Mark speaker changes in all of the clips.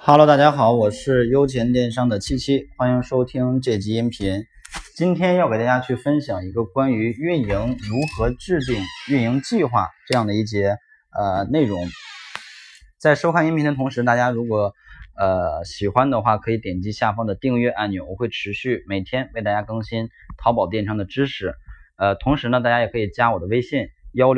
Speaker 1: Hello， 大家好，我是优钱电商的七七，欢迎收听这集音频。今天要给大家去分享一个关于运营如何制定运营计划这样的一节内容。在收看音频的同时，大家如果喜欢的话，可以点击下方的订阅按钮，我会持续每天为大家更新淘宝电商的知识。同时呢，大家也可以加我的微信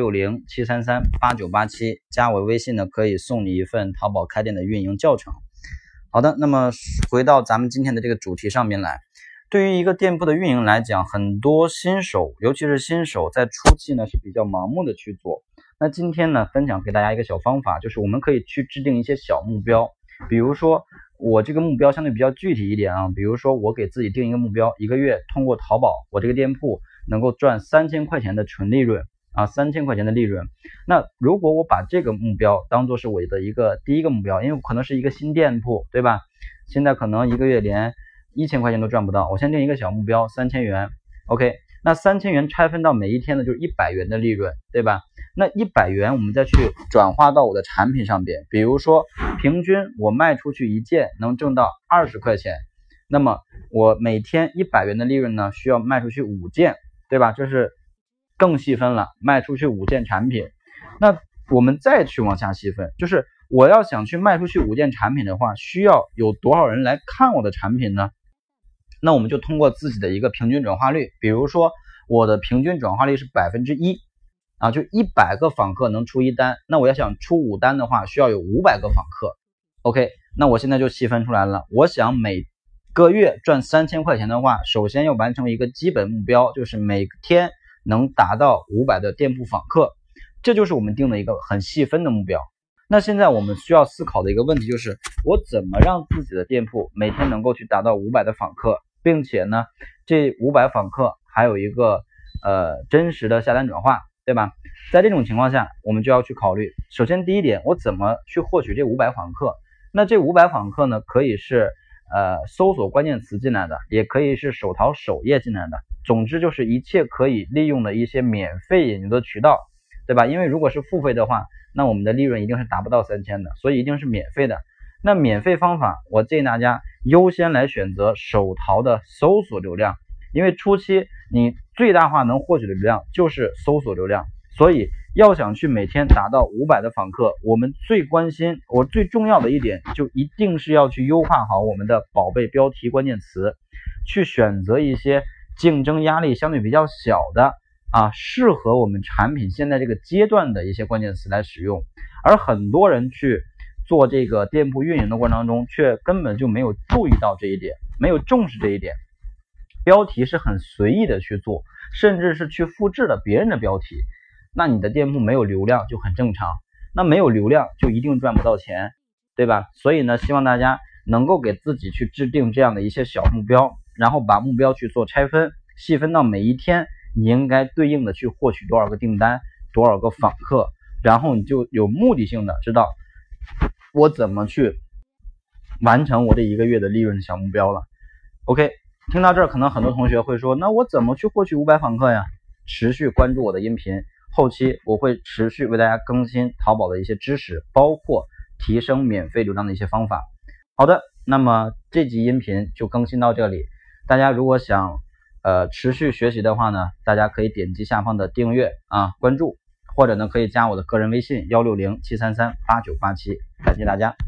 Speaker 1: 160-733-8987，加我微信呢可以送你一份淘宝开店的运营教程。好的，那么回到咱们今天的这个主题上面来，对于一个店铺的运营来讲，很多新手，尤其是新手在初期呢是比较盲目的去做。那今天呢分享给大家一个小方法，就是我们可以去制定一些小目标，比如说我这个目标相对比较具体一点啊，比如说我给自己定一个目标，一个月通过淘宝我这个店铺能够赚3000块钱的纯利润，3000块钱的利润。那如果我把这个目标当做是我的一个第一个目标，因为我可能是一个新店铺，对吧？现在可能一个月连1000块钱都赚不到，我先定一个小目标3000元 OK， 那3000元拆分到每一天呢就是100元的利润，对吧？那100元我们再去转化到我的产品上边，比如说平均我卖出去一件能挣到20块钱，那么我每天100元的利润呢需要卖出去5件，对吧？这是更细分了，卖出去5件产品。那我们再去往下细分，就是我要想去卖出去5件产品的话，需要有多少人来看我的产品呢？那我们就通过自己的一个平均转化率，比如说我的平均转化率是1%就100个访客能出1单，那我要想出5单的话，需要有500个访客 OK， 那我现在就细分出来了，我想每个月赚3000块钱的话，首先要完成一个基本目标，就是每天能达到500的店铺访客，这就是我们定的一个很细分的目标。那现在我们需要思考的一个问题就是，我怎么让自己的店铺每天能够去达到500的访客，并且呢，这500访客还有一个真实的下单转化，对吧？在这种情况下，我们就要去考虑，首先第一点，我怎么去获取这500访客？那这500访客呢，可以是搜索关键词进来的，也可以是手淘首页进来的，总之就是一切可以利用的一些免费引流的渠道，对吧？因为如果是付费的话，那我们的利润一定是达不到3000的，所以一定是免费的。那免费方法，我建议大家优先来选择手淘的搜索流量，因为初期你最大化能获取的流量就是搜索流量，所以要想去每天达到500的访客，我们最关心，最重要的一点就一定是要去优化好我们的宝贝标题关键词，去选择一些竞争压力相对比较小的适合我们产品现在这个阶段的一些关键词来使用。而很多人去做这个店铺运营的过程当中，却根本就没有注意到这一点，没有重视这一点，标题是很随意的去做，甚至是去复制了别人的标题，那你的店铺没有流量就很正常，那没有流量就一定赚不到钱，对吧？所以呢，希望大家能够给自己去制定这样的一些小目标，然后把目标去做拆分，细分到每一天你应该对应的去获取多少个订单，多少个访客，然后你就有目的性的知道我怎么去完成我这一个月的利润小目标了。 OK， 听到这儿可能很多同学会说，那我怎么去获取500访客呀？持续关注我的音频，后期我会持续为大家更新淘宝的一些知识，包括提升免费流量的一些方法。好的，那么这集音频就更新到这里，大家如果想持续学习的话呢，大家可以点击下方的订阅关注，或者呢可以加我的个人微信160-733-8987，感谢大家。